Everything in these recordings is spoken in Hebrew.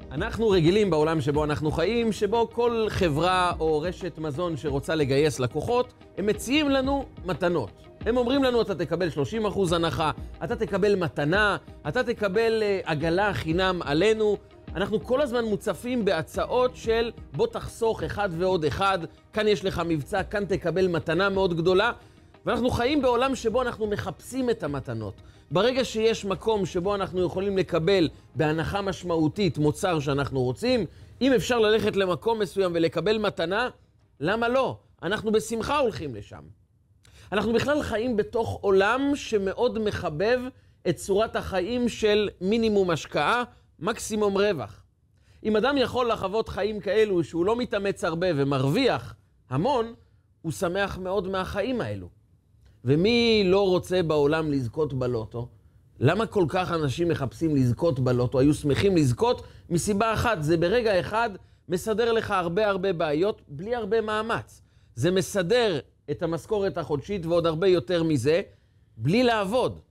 אנחנו רגילים בעולם שבו אנחנו חיים, שבו כל חברה או רשת מזון שרוצה לגייס לקוחות, הם מציעים לנו מתנות. הם אומרים לנו, אתה תקבל 30% הנחה, אתה תקבל מתנה, אתה תקבל עגלה חינם עלינו. אנחנו כל הזמן מוצפים בהצעות של בוא תחסוך אחד ועוד אחד, כאן יש לך מבצע, כאן תקבל מתנה מאוד גדולה. ואנחנו חיים בעולם שבו אנחנו מחפשים את המתנות. ברגע שיש מקום שבו אנחנו יכולים לקבל בהנחה משמעותית מוצר שאנחנו רוצים, אם אפשר ללכת למקום מסוים ולקבל מתנה, למה לא? אנחנו בשמחה הולכים לשם. אנחנו בכלל חיים בתוך עולם שמאוד מחבב את צורת החיים של מינימום השקעה, מקסימום רווח. אם אדם יכול לחוות חיים כאלו שהוא לא מתאמץ הרבה ומרוויח המון, הוא שמח מאוד מהחיים האלו. ומי לא רוצה בעולם לזכות בלוטו? למה כל כך אנשים מחפשים לזכות בלוטו? היו שמחים לזכות מסיבה אחת, זה ברגע אחד מסדר לך הרבה בעיות בלי הרבה מאמץ. זה מסדר את המשכורת החודשית ועוד הרבה יותר מזה, בלי לעבוד.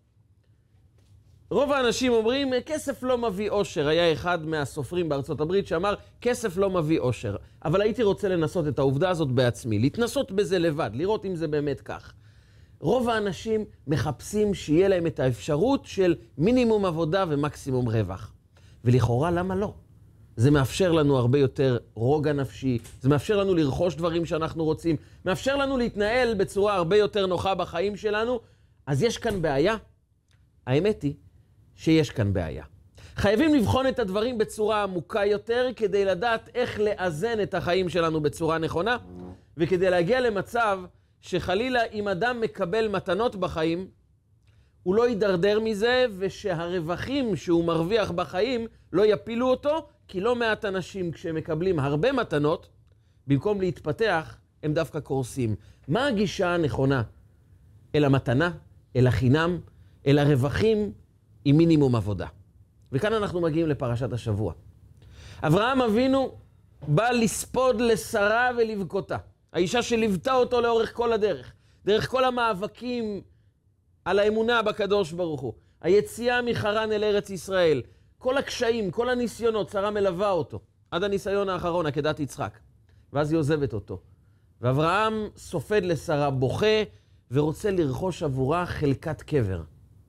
רוב האנשים אומרים, כסף לא מביא אושר. היה אחד מהסופרים בארצות הברית שאמר, כסף לא מביא אושר. אבל הייתי רוצה לנסות את העובדה הזאת בעצמי, להתנסות בזה לבד, לראות אם זה באמת כך. רוב האנשים מחפשים שיהיה להם את האפשרות של מינימום עבודה ומקסימום רווח. ולכאורה, למה לא? זה מאפשר לנו הרבה יותר רוגע נפשי, זה מאפשר לנו לרכוש דברים שאנחנו רוצים, מאפשר לנו להתנהל בצורה הרבה יותר נוחה בחיים שלנו. אז יש כאן בעיה? האמת היא שיש כאן בעיה. חייבים לבחון את הדברים בצורה עמוקה יותר, כדי לדעת איך לאזן את החיים שלנו בצורה נכונה, וכדי להגיע למצב שחלילה אם אדם מקבל מתנות בחיים, הוא לא יידרדר מזה, ושהרווחים שהוא מרוויח בחיים לא יפילו אותו, כי לא מעט אנשים כשהם מקבלים הרבה מתנות, במקום להתפתח, הם דווקא קורסים. מה הגישה הנכונה? אל המתנה, אל החינם, אל הרווחים עם מינימום עבודה. וכאן אנחנו מגיעים לפרשת השבוע. אברהם אבינו בא לספוד לשרה ולבכותה. האישה שליוותה אותו לאורך כל הדרך, דרך כל המאבקים על האמונה בקדוש ברוך הוא, היציאה מחרן אל ארץ ישראל, כל הקשיים, כל הניסיונות, שרה מלווה אותו, עד הניסיון האחרון, עקדת יצחק. ואז היא עוזבת אותו. ואברהם סופד לשרה, בוכה, ורוצה לרכוש עבורה חלקת קבר.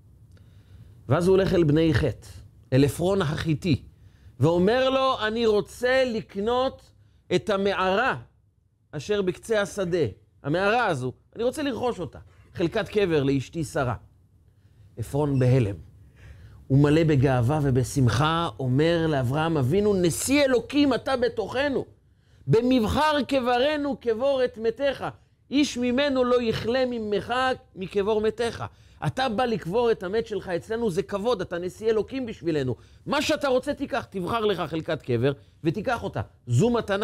ואז הוא הולך אל בני חת, אל עפרון החיתי, ואומר לו, אני רוצה לקנות את המערה, אשר בקצה השדה, המערה הזו, אני רוצה לרכוש אותה, חלקת קבר לאשתי שרה. עפרון בהלם, הוא מלא בגאווה ובשמחה, אומר לאברהם אבינו, נשיא אלוקים אתה בתוכנו, במבחר קברנו קבור את מתך, איש ממנו לא יכלה ממך מקבור מתך. אתה בא לקבור את המת שלך אצלנו, זה כבוד, אתה נשיא אלוקים בשבילנו. מה שאתה רוצה תיקח, תבחר לך חלקת קבר ותיקח אותה, זו מתנה.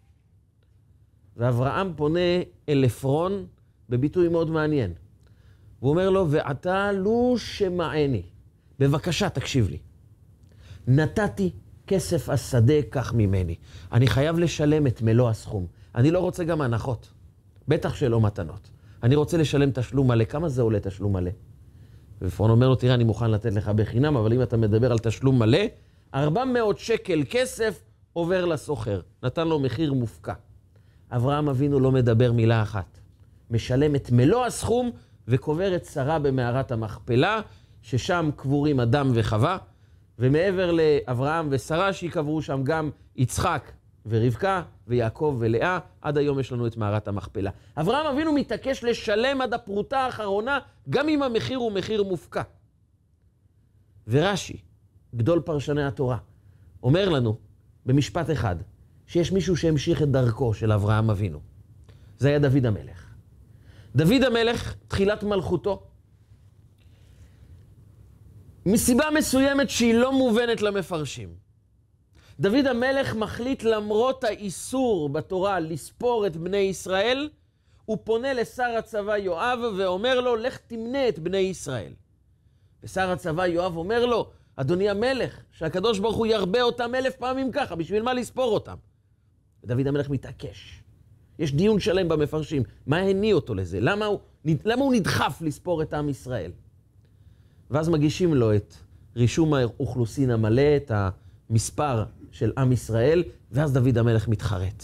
ואברהם פונה אל עפרון בביטוי מאוד מעניין. הוא אומר לו, ואתה לו שמעני, בבקשה תקשיב לי. נתתי כסף השדה כך ממני. אני חייב לשלם את מלוא הסכום. אני לא רוצה גם הנחות, בטח שלא מתנות. אני רוצה לשלם תשלום מלא. כמה זה עולה תשלום מלא? ועפרון אומר לו, תראה, אני מוכן לתת לך בחינם, אבל אם אתה מדבר על תשלום מלא, 400 שקל כסף עובר לסוחר. נתן לו מחיר מופקע. אברהם אבינו לא מדבר מילה אחת. משלם את מלוא הסכום וקובר את שרה במערת המכפלה, ששם קבורים אדם וחווה, ומעבר לאברהם ושרה שיקברו שם גם יצחק ורבקה ויעקב ולאה, עד היום יש לנו את מערת המכפלה. אברהם אבינו מתעקש לשלם עד הפרוטה האחרונה, גם אם המחיר הוא מחיר מופקע. ורש"י, גדול פרשני התורה, אומר לנו במשפט אחד, שיש מישהו שהמשיך את דרכו של אברהם אבינו. זה היה דוד המלך. דוד המלך, תחילת מלכותו, מסיבה מסוימת שהיא לא מובנת למפרשים. דוד המלך מחליט למרות האיסור בתורה לספור את בני ישראל, הוא פונה לשר הצבא יואב ואומר לו, לך תמנה את בני ישראל. ושר הצבא יואב אומר לו, אדוני המלך, שהקדוש ברוך הוא ירבה אותם 1000 פעמים ככה, בשביל מה לספור אותם? ודוד המלך מתעקש. יש דיון שלם במפרשים. מה הניע אותו לזה? למה הוא נדחף לספור את עם ישראל? ואז מגישים לו את רישום האוכלוסין המלא, את המספר של עם ישראל, ואז דוד המלך מתחרט.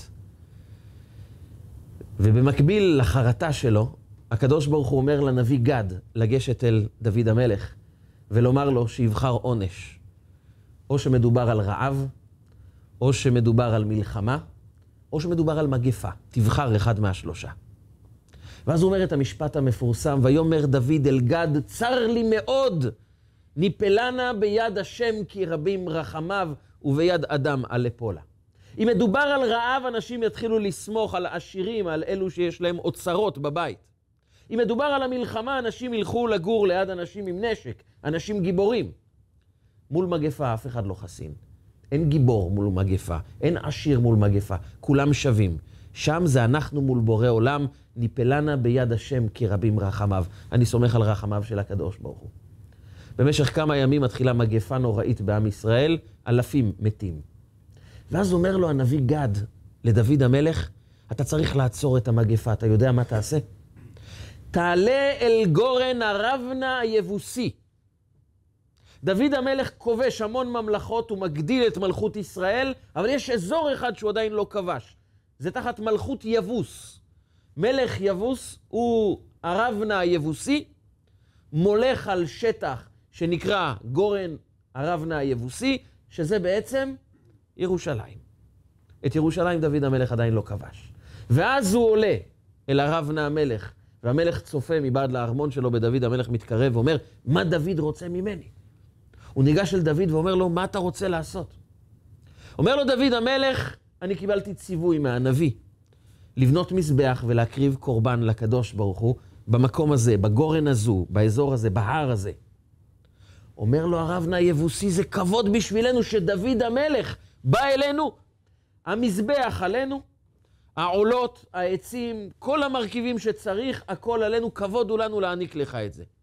ובמקביל לחרטה שלו, הקדוש ברוך הוא אומר לנביא גד לגשת אל דוד המלך, ולומר לו שיבחר עונש. או שמדובר על רעב, או שמדובר על מלחמה, או שמדובר על מגפה. תבחר אחד מהשלושה. ואז הוא אומר את המשפט המפורסם, ויאמר דוד אל גד, צר לי מאוד, ניפלנה ביד השם כי רבים רחמיו, וביד אדם על אפולה. אם מדובר על רעב, אנשים יתחילו לסמוך על העשירים, על אלו שיש להם אוצרות בבית. אם מדובר על המלחמה, אנשים ילכו לגור ליד אנשים עם נשק, אנשים גיבורים. מול מגפה אף אחד לא חסין. אין גיבור מול מגפה, אין עשיר מול מגפה, כולם שווים. שם זה אנחנו מול בורא עולם, ניפלנה ביד השם כי רבים רחמיו. אני סומך על רחמיו של הקדוש ברוך הוא. במשך כמה ימים מתחילה מגפה נוראית בעם ישראל, אלפים מתים. ואז אומר לו הנביא גד לדוד המלך, אתה צריך לעצור את המגפה, אתה יודע מה תעשה? תעלה אל גורן ארבנה היבוסי. דוד המלך כובש המון ממלכות, הוא מגדיל את מלכות ישראל, אבל יש אזור אחד שהוא עדיין לא כבש. זה תחת מלכות יבוס. מלך יבוס הוא ארבנה היבוסי, מולך על שטח שנקרא גורן ארבנה היבוסי, שזה בעצם ירושלים. את ירושלים דוד המלך עדיין לא כבש. ואז הוא עולה אל ארבנה המלך, והמלך צופה מבעד לארמון שלו בדוד המלך מתקרב ואומר, מה דוד רוצה ממני? הוא ניגש אל דוד ואומר לו, מה אתה רוצה לעשות? אומר לו דוד המלך, אני קיבלתי ציווי מהנביא, לבנות מזבח ולהקריב קורבן לקדוש ברוך הוא, במקום הזה, בגורן הזו, באזור הזה, בהר הזה. אומר לו ארבנה היבוסי, זה כבוד בשבילנו שדוד המלך בא אלינו, המזבח עלינו, העולות, העצים, כל המרכיבים שצריך, הכל עלינו, כבוד הוא לנו להעניק לך את זה.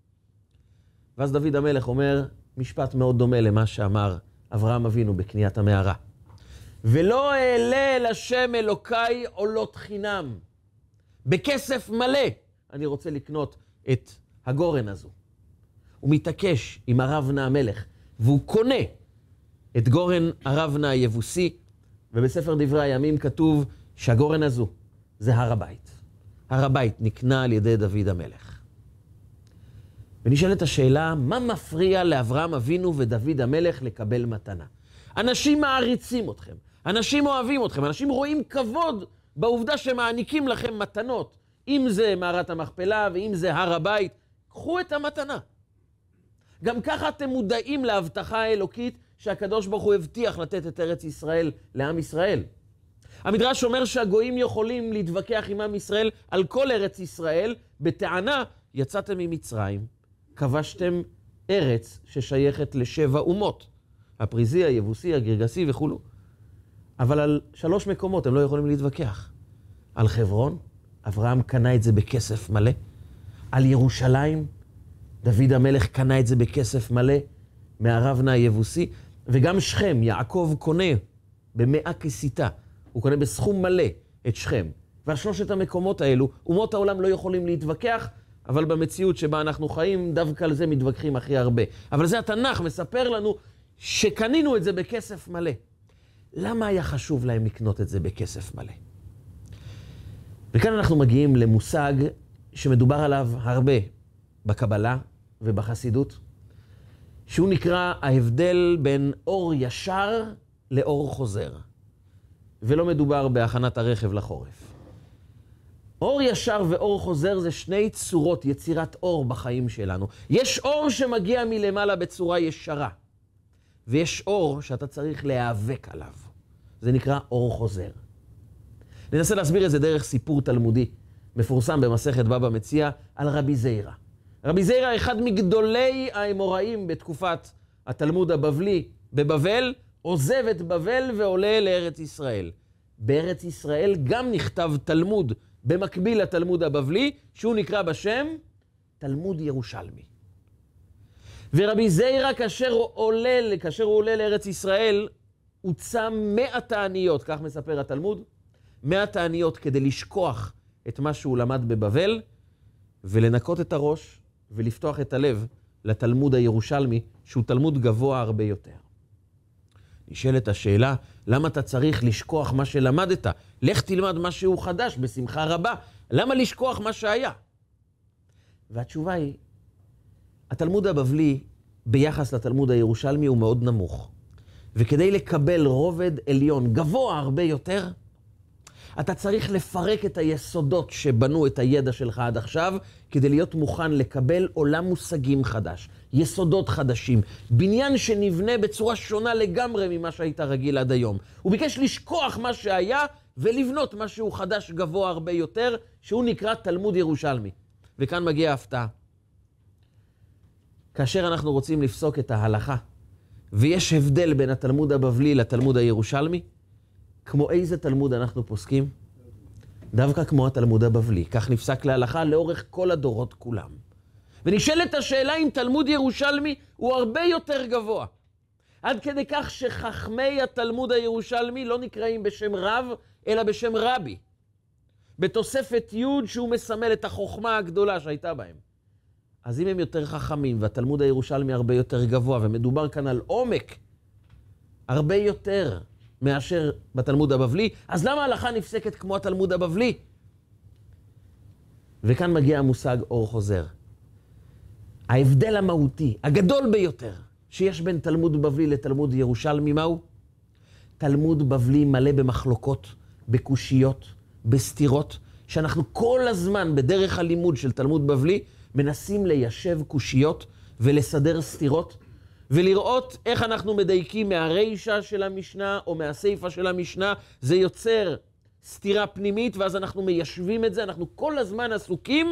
ואז דוד המלך אומר משפט מאוד דומה למה שאמר אברהם אבינו בקניית המערה. ולא אעלה אל השם אלוקיי עולות חינם. בכסף מלא אני רוצה לקנות את הגורן הזו. הוא מתעקש עם ארבנה המלך, והוא קונה את גורן ארבנה היבוסי, ובספר דברי הימים כתוב שהגורן הזו זה הר הבית. הר הבית נקנה על ידי דוד המלך. ונשאלת השאלה, מה מפריע לאברהם אבינו ודוד המלך לקבל מתנה? אנשים מעריצים אתכם, אנשים אוהבים אתכם, אנשים רואים כבוד בעובדה שמעניקים לכם מתנות. אם זה מערת המכפלה ואם זה הר הבית, קחו את המתנה. גם ככה אתם מודעים להבטחה האלוקית שהקדוש ברוך הוא הבטיח לתת את ארץ ישראל לעם ישראל. המדרש אומר שהגויים יכולים להתווכח עם עם ישראל על כל ארץ ישראל, בטענה, יצאתם ממצרים, כבשתם ארץ ששייכת לשבע אומות, הפריזי, היבוסי, הגרגסי וכולו. אבל על 3 מקומות הם לא יכולים להתווכח. על חברון, אברהם קנה את זה בכסף מלא. על ירושלים, דוד המלך קנה את זה בכסף מלא מארבנה היבוסי. וגם שכם, יעקב קונה ב100 כסיתה. הוא קונה בסכום מלא את שכם. ועל 3 המקומות האלו, אומות העולם לא יכולים להתווכח, אבל במציאות שבה אנחנו חיים, דווקא על זה מתווכחים הכי הרבה. אבל זה התנ"ך מספר לנו שקנינו את זה בכסף מלא. למה היה חשוב להם לקנות את זה בכסף מלא? וכאן אנחנו מגיעים למושג שמדובר עליו הרבה בקבלה ובחסידות, שהוא נקרא ההבדל בין אור ישר לאור חוזר. ולא מדובר בהכנת הרכב לחורף. אור ישר ואור חוזר זה 2 צורות יצירת אור בחיים שלנו. יש אור שמגיע מלמעלה בצורה ישרה, ויש אור שאתה צריך להיאבק עליו. זה נקרא אור חוזר. ננסה להסביר את זה דרך סיפור תלמודי, מפורסם במסכת בבא מציעא, על רבי זיירא. רבי זיירא, אחד מגדולי האמוראים בתקופת התלמוד הבבלי בבבל, עוזב את בבל ועולה לארץ ישראל. בארץ ישראל גם נכתב תלמוד במקביל לתלמוד הבבלי, שהוא נקרא בשם תלמוד ירושלמי. ורבי זיירא, כאשר הוא עולה לארץ ישראל, הוא צם 100 תעניות, כך מספר התלמוד, 100 תעניות כדי לשכוח את מה שהוא למד בבבל, ולנקות את הראש ולפתוח את הלב לתלמוד הירושלמי, שהוא תלמוד גבוה הרבה יותר. נשאלת השאלה, למה אתה צריך לשכוח מה שלמדת? לך תלמד משהו חדש בשמחה רבה. למה לשכוח מה שהיה? והתשובה היא, התלמוד הבבלי ביחס לתלמוד הירושלמי הוא מאוד נמוך. וכדי לקבל רובד עליון גבוה הרבה יותר, אתה צריך לפרק את היסודות שבנו את הידע שלך עד עכשיו, כדי להיות מוכן לקבל עולם מושגים חדש, יסודות חדשים, בניין שנבנה בצורה שונה לגמרי ממה שהיית רגיל עד היום. הוא ביקש לשכוח מה שהיה ולבנות משהו חדש גבוה הרבה יותר, שהוא נקרא תלמוד ירושלמי. וכאן מגיעה ההפתעה. כאשר אנחנו רוצים לפסוק את ההלכה, ויש הבדל בין התלמוד הבבלי לתלמוד הירושלמי, כמו איזה תלמוד אנחנו פוסקים? דווקא כמו התלמוד הבבלי. כך נפסק להלכה לאורך כל הדורות כולם. ונשאלת השאלה אם תלמוד ירושלמי הוא הרבה יותר גבוה. עד כדי כך שחכמי התלמוד הירושלמי לא נקראים בשם רב, אלא בשם רבי. בתוספת י' שהוא מסמל את החוכמה הגדולה שהייתה בהם. אז אם הם יותר חכמים והתלמוד הירושלמי הרבה יותר גבוה, ומדובר כאן על עומק הרבה יותר מאשר בתלמוד הבבלי, אז למה ההלכה נפסקת כמו התלמוד הבבלי? וכאן מגיע המושג אור חוזר. ההבדל המהותי, הגדול ביותר, שיש בין תלמוד בבלי לתלמוד ירושלמי, מהו? תלמוד בבלי מלא במחלוקות, בקושיות, בסתירות, שאנחנו כל הזמן בדרך הלימוד של תלמוד בבלי, מנסים ליישב קושיות ולסדר סתירות, ולראות איך אנחנו מדייקים מהרישה של המשנה או מהסייפה של המשנה. זה יוצר סתירה פנימית, ואז אנחנו מיישבים את זה. אנחנו כל הזמן עסוקים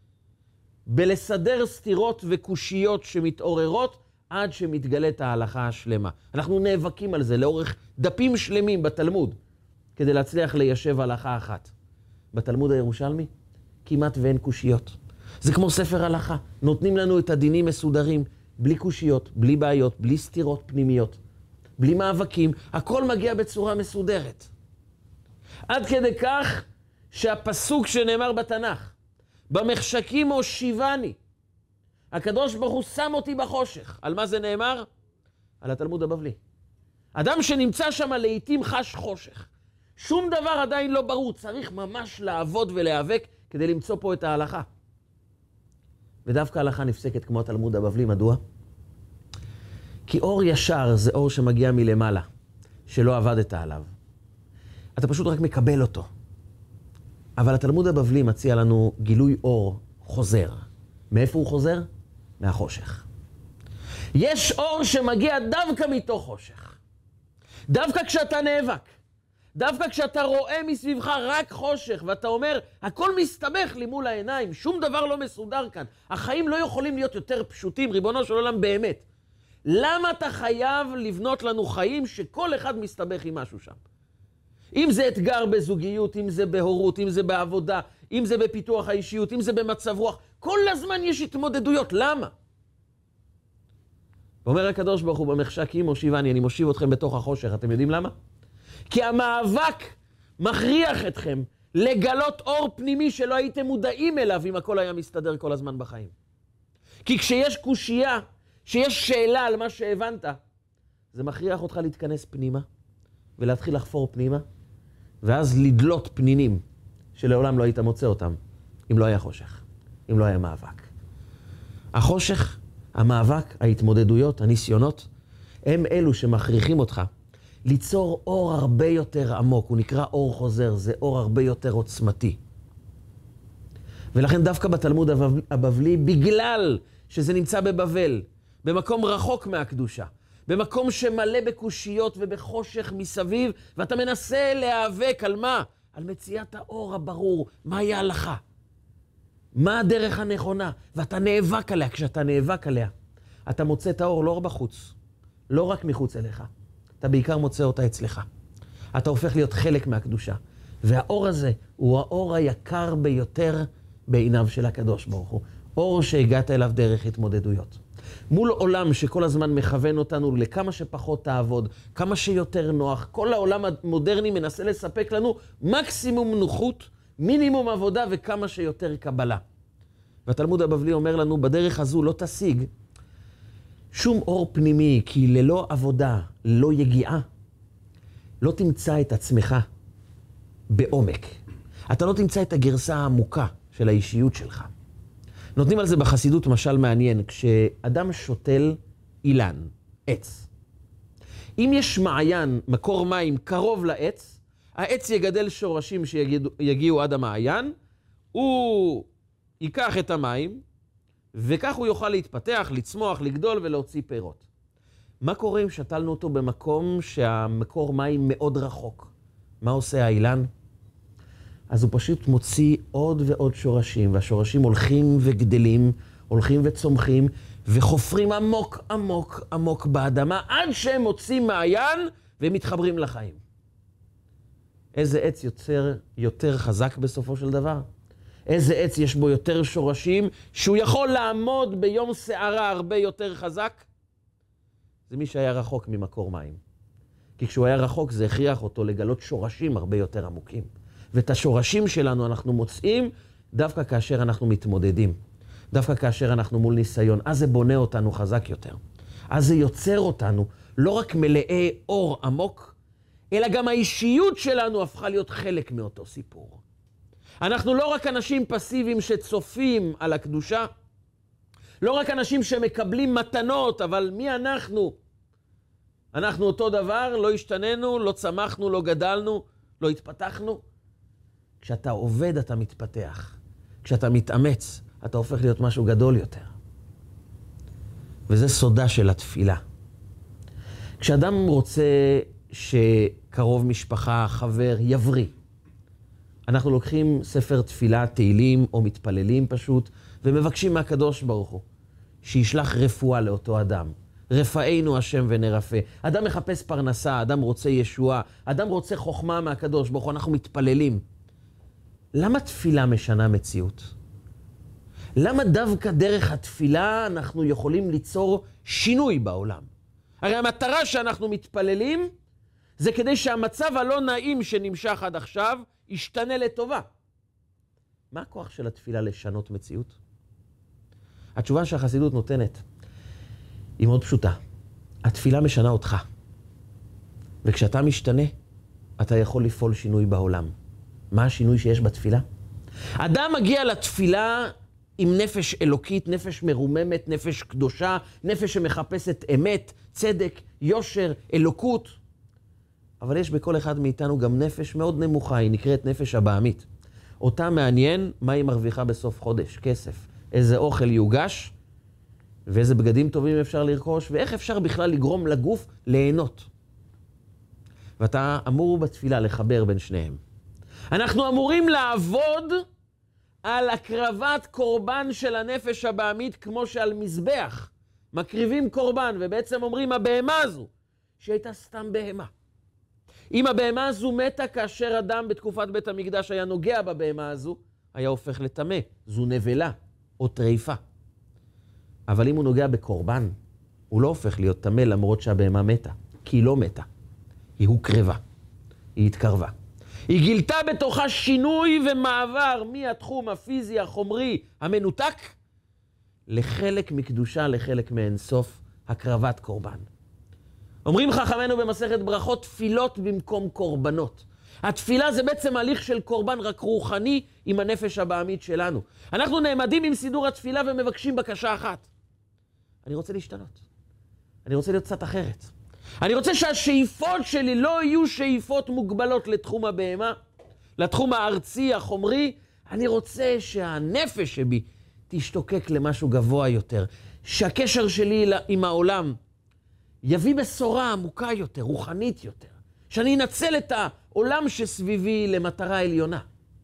בלסדר סתירות וקושיות שמתעוררות עד שמתגלית ההלכה השלמה. אנחנו נאבקים על זה לאורך דפים שלמים בתלמוד, כדי להצליח ליישב הלכה אחת. בתלמוד הירושלמי כמעט ואין קושיות. זה כמו ספר הלכה. נותנים לנו את הדינים מסודרים, בלי קושיות, בלי בעיות, בלי סתירות פנימיות, בלי מאבקים. הכל מגיע בצורה מסודרת. עד כדי כך שהפסוק שנאמר בתנ"ך, במחשכים הושיבני, הקדוש ברוך הוא שם אותי בחושך. על מה זה נאמר? על התלמוד הבבלי. אדם שנמצא שם לעתים חש חושך. שום דבר עדיין לא ברור. צריך ממש לעבוד ולהיאבק כדי למצוא פה את ההלכה. ודווקא ההלכה נפסקת כמו התלמוד הבבלי. מדוע? כי אור ישר זה אור שמגיע מלמעלה, שלא עבדת עליו. אתה פשוט רק מקבל אותו. אבל התלמוד הבבלי מציע לנו גילוי אור חוזר. מאיפה הוא חוזר? מהחושך. יש אור שמגיע דווקא מתוך חושך. דווקא כשאתה נאבק. דווקא כשאתה רואה מסביבך רק חושך, ואתה אומר, הכל מסתבך לי מול העיניים, שום דבר לא מסודר כאן. החיים לא יכולים להיות יותר פשוטים, ריבונו של עולם באמת. למה אתה חייב לבנות לנו חיים שכל אחד מסתבך עם משהו שם? אם זה אתגר בזוגיות, אם זה בהורות, אם זה בעבודה, אם זה בפיתוח האישיות, אם זה במצב רוח, כל הזמן יש התמודדויות. למה? ואומר הקדוש ברוך הוא במחשכים הושיבני, אני מושיב אתכם בתוך החושך. אתם יודעים למה? כי המאבק מכריח אתכם לגלות אור פנימי שלא הייתם מודעים אליו אם הכל היה מסתדר כל הזמן בחיים. כי כשיש קושייה, שיש שאלה על מה שהבנת, זה מכריח אותך להתכנס פנימה ולהתחיל לחפור פנימה, ואז לדלות פנינים שלעולם לא היית מוצא אותם אם לא היה חושך, אם לא היה מאבק. החושך, המאבק, ההתמודדויות, הניסיונות, הם אלו שמכריחים אותך ליצור אור הרבה יותר עמוק. הוא נקרא אור חוזר, זה אור הרבה יותר עוצמתי. ולכן דווקא בתלמוד הבבלי, בגלל שזה נמצא בבבל, במקום רחוק מהקדושה, במקום שמלא בקושיות ובחושך מסביב, ואתה מנסה להיאבק על מה? על מציאת האור הברור, מהי ההלכה? מה הדרך הנכונה? ואתה נאבק עליה. כשאתה נאבק עליה, אתה מוצא את האור לא בחוץ, לא רק מחוץ אליך. אתה בעיקר מוצא אותה אצלך. אתה הופך להיות חלק מהקדושה. והאור הזה הוא האור היקר ביותר בעיניו של הקדוש ברוך הוא. אור שהגעת אליו דרך התמודדויות. מול עולם שכל הזמן מכוון אותנו לכמה שפחות תעבוד, כמה שיותר נוח. כל העולם המודרני מנסה לספק לנו מקסימום נוחות, מינימום עבודה וכמה שיותר קבלה. והתלמוד הבבלי אומר לנו, בדרך הזו לא תשיג שום אור פנימי, כי ללא עבודה, לא יגיעה, לא תמצא את עצמך בעומק. אתה לא תמצא את הגרסה העמוקה של האישיות שלך. נותנים על זה בחסידות משל מעניין, כשאדם שותל אילן, עץ. אם יש מעיין, מקור מים קרוב לעץ, העץ יגדל שורשים שיגיעו עד המעיין, הוא ייקח את המים, וכך הוא יוכל להתפתח, לצמוח, לגדול ולהוציא פירות. מה קורה אם שתלנו אותו במקום שהמקור מים מאוד רחוק? מה עושה האילן? אז הוא פשוט מוציא עוד ועוד שורשים, והשורשים הולכים וגדלים, הולכים וצומחים, וחופרים עמוק עמוק עמוק באדמה, עד שהם מוצאים מעיין ומתחברים לחיים. איזה עץ יוצר יותר חזק בסופו של דבר? איזה עץ יש בו יותר שורשים, שהוא יכול לעמוד ביום שערה הרבה יותר חזק? זה מי שהיה רחוק ממקור מים. כי כשהוא היה רחוק זה הכריח אותו לגלות שורשים הרבה יותר עמוקים. ואת השורשים שלנו אנחנו מוצאים דווקא כאשר אנחנו מתמודדים. דווקא כאשר אנחנו מול ניסיון. אז זה בונה אותנו חזק יותר. אז זה יוצר אותנו לא רק מלאי אור עמוק, אלא גם האישיות שלנו הפכה להיות חלק מאותו סיפור. אנחנו לא רק אנשים פסיביים שצופים על הקדושה, לא רק אנשים שמקבלים מתנות, אבל מי אנחנו? אנחנו אותו דבר, לא השתננו, לא צמחנו, לא גדלנו, לא התפתחנו. כשאתה עובד אתה מתפתח. כשאתה מתאמץ, אתה הופך להיות משהו גדול יותר. וזה סודה של התפילה. כשאדם רוצה שקרוב משפחה, חבר, יבריא, אנחנו לוקחים ספר תפילה, תהילים או מתפללים פשוט, ומבקשים מהקדוש ברוך הוא, שישלח רפואה לאותו אדם. רפאנו השם ונרפא. אדם מחפש פרנסה, אדם רוצה ישועה, אדם רוצה חוכמה מהקדוש ברוך הוא, אנחנו מתפללים. למה תפילה משנה מציאות? למה דווקא דרך התפילה אנחנו יכולים ליצור שינוי בעולם? הרי המטרה שאנחנו מתפללים זה כדי שהמצב הלא נעים שנמשך עד עכשיו ישתנה לטובה. מה הכוח של התפילה לשנות מציאות? התשובה שהחסידות נותנת היא מאוד פשוטה. התפילה משנה אותך. וכשאתה משתנה, אתה יכול לפעול שינוי בעולם. מה השינוי שיש בתפילה? אדם מגיע לתפילה עם נפש אלוקית, נפש מרוממת, נפש קדושה, נפש שמחפשת אמת, צדק, יושר, אלוקות. אבל יש בכל אחד מאיתנו גם נפש מאוד נמוכה, היא נקראת נפש הבעמית. אותה מעניין מה היא מרוויחה בסוף חודש, כסף. איזה אוכל יוגש, ואיזה בגדים טובים אפשר לרכוש, ואיך אפשר בכלל לגרום לגוף ליהנות. ואתה אמור בתפילה לחבר בין שניהם. אנחנו אמורים לעבוד על הקרבת קורבן של הנפש הבעמית, כמו שעל מזבח מקריבים קורבן, ובעצם אומרים הבהמה הזו, שהייתה סתם בהמה. אם הבהמה הזו מתה כאשר אדם בתקופת בית המקדש היה נוגע בבהמה הזו, היה הופך לטמא, זו נבלה או טריפה. אבל אם הוא נוגע בקורבן, הוא לא הופך להיות טמא למרות שהבהמה מתה, כי היא לא מתה, היא הוקרבה, היא התקרבה. היא גילתה בתוכה שינוי ומעבר מהתחום הפיזי, החומרי, המנותק, לחלק מקדושה, לחלק מאינסוף, הקרבת קורבן. אומרים חכמינו במסכת ברכות, תפילות במקום קורבנות. התפילה זה בעצם הליך של קורבן רק רוחני עם הנפש הבעמית שלנו. אנחנו נעמדים עם סידור התפילה ומבקשים בקשה אחת. אני רוצה להשתנות. אני רוצה להיות קצת אחרת. אני רוצה שהשאיפות שלי לא יהיו שאיפות מוגבלות לתחום הבהמה, לתחום הארצי, החומרי. אני רוצה שהנפש שבי תשתוקק למשהו גבוה יותר. שהקשר שלי עם העולם יביא בשורה עמוקה יותר, רוחנית יותר. שאני אנצל את העולם שסביבי למטרה עליונה.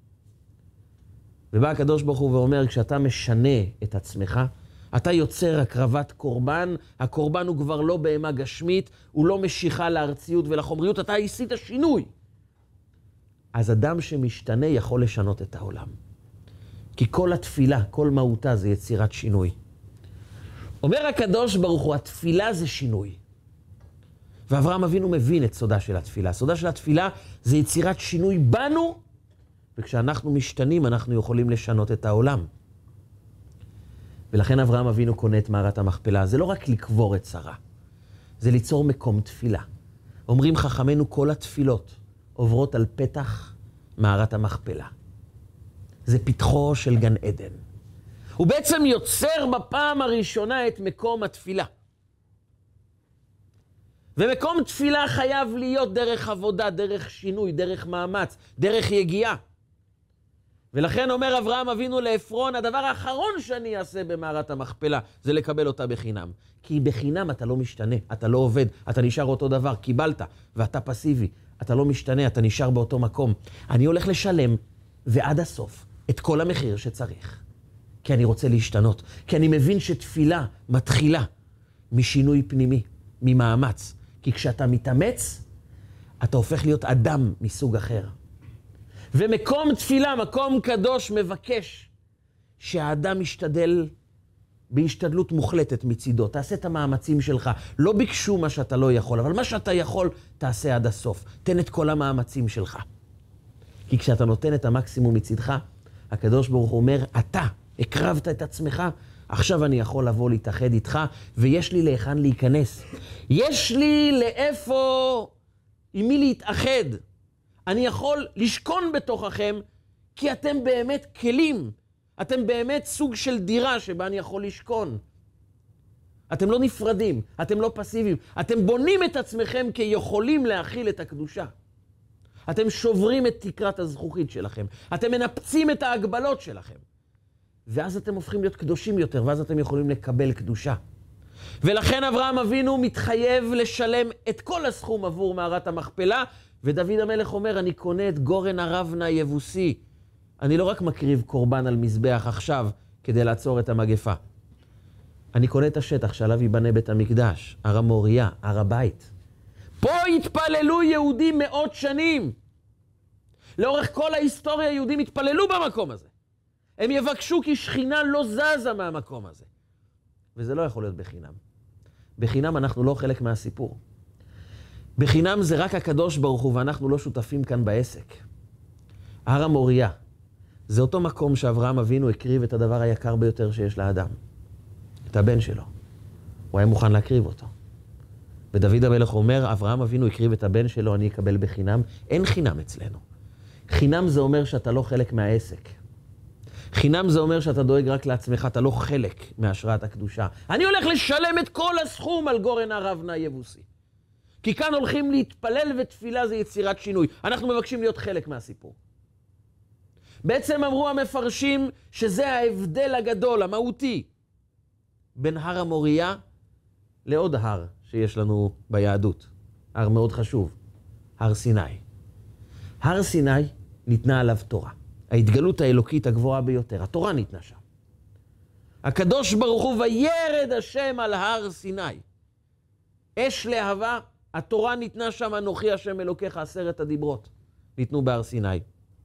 ובא הקדוש ברוך הוא ואומר, כשאתה משנה את עצמך, אתה יוצר הקרבת קורבן, הקורבן הוא כבר לא בהמה גשמית, הוא לא משיכה לארציות ולחומריות, אתה עשית שינוי. אז אדם שמשתנה יכול לשנות את העולם. כי כל התפילה, כל מהותה זה יצירת שינוי. אומר הקדוש ברוך הוא, התפילה זה שינוי. ואברהם אבינו מבין את סודה של התפילה. סודה של התפילה זה יצירת שינוי בנו, וכשאנחנו משתנים אנחנו יכולים לשנות את העולם. ולכן אברהם אבינו קונה את מערת המכפלה. זה לא רק לקבור את שרה. זה ליצור מקום תפילה. אומרים חכמינו, כל התפילות עוברות על פתח מערת המכפלה. זה פתחו של גן עדן. הוא בעצם יוצר בפעם הראשונה את מקום התפילה. ומקום תפילה חייב להיות דרך עבודה, דרך שינוי, דרך מאמץ, דרך יגיעה. ולכן אומר אברהם אבינו לעפרון, הדבר האחרון שאני אעשה במערת המכפלה, זה לקבל אותה בחינם. כי בחינם אתה לא משתנה, אתה לא עובד, אתה נשאר אותו דבר, קיבלת, ואתה פסיבי, אתה לא משתנה, אתה נשאר באותו מקום. אני הולך לשלם, ועד הסוף, את כל המחיר שצריך. כי אני רוצה להשתנות, כי אני מבין שתפילה מתחילה משינוי פנימי, ממאמץ. כי כשאתה מתאמץ, אתה הופך להיות אדם מסוג אחר. ומקום תפילה, מקום קדוש, מבקש שהאדם ישתדל בהשתדלות מוחלטת מצידו. תעשה את המאמצים שלך. לא ביקשו מה שאתה לא יכול, אבל מה שאתה יכול, תעשה עד הסוף. תן את כל המאמצים שלך. כי כשאתה נותן את המקסימום מצידך, הקדוש ברוך הוא אומר, אתה הקרבת את עצמך, עכשיו אני יכול לבוא להתאחד איתך, ויש לי להיכן להיכנס. יש לי לאיפה, עם מי להתאחד. אני יכול לשכון בתוככם, כי אתם באמת כלים. אתם באמת סוג של דירה שבה אני יכול לשכון. אתם לא נפרדים, אתם לא פסיביים. אתם בונים את עצמכם כיכולים להכיל את הקדושה. אתם שוברים את תקרת הזכוכית שלכם. אתם מנפצים את ההגבלות שלכם. ואז אתם הופכים להיות קדושים יותר, ואז אתם יכולים לקבל קדושה. ולכן אברהם אבינו מתחייב לשלם את כל הסכום עבור מערת המכפלה, ודוד המלך אומר, אני קונה את גורן ארבנה יבוסי. אני לא רק מקריב קורבן על מזבח עכשיו, כדי לעצור את המגפה. אני קונה את השטח שעליו ייבנה בית המקדש, הר המוריה, הר הבית. פה התפללו יהודים מאות שנים. לאורך כל ההיסטוריה היהודים התפללו במקום הזה. הם יבקשו כי שכינה לא זזה מהמקום הזה. וזה לא יכול להיות בחינם. בחינם אנחנו לא חלק מהסיפור. בחינם זה רק הקדוש ברוך הוא, ואנחנו לא שותפים כאן בעסק. הר המוריה, זה אותו מקום שאברהם אבינו הקריב את הדבר היקר ביותר שיש לאדם. את הבן שלו. הוא היה מוכן להקריב אותו. ודוד המלך אומר, אברהם אבינו הקריב את הבן שלו, אני אקבל בחינם. אין חינם אצלנו. חינם זה אומר שאתה לא חלק מהעסק. חינם זה אומר שאתה דואג רק לעצמך, אתה לא חלק מהשראת הקדושה. אני הולך לשלם את כל הסכום על גורן ארבנה יבוסי. כי כאן הולכים להתפלל ותפילה זה יצירת שינוי. אנחנו מבקשים להיות חלק מהסיפור. בעצם אמרו המפרשים שזה ההבדל הגדול, המהותי, בין הר המוריה לעוד הר שיש לנו ביהדות. הר מאוד חשוב, הר סיני. הר סיני ניתנה עליו תורה. ההתגלות האלוקית הגבוהה ביותר. התורה ניתנה שם. הקדוש ברוך הוא וירד השם על הר סיני. אש להבה, התורה ניתנה שם, אנוכי השם אלוקיך, 10 הדיברות. ניתנו בהר סיני.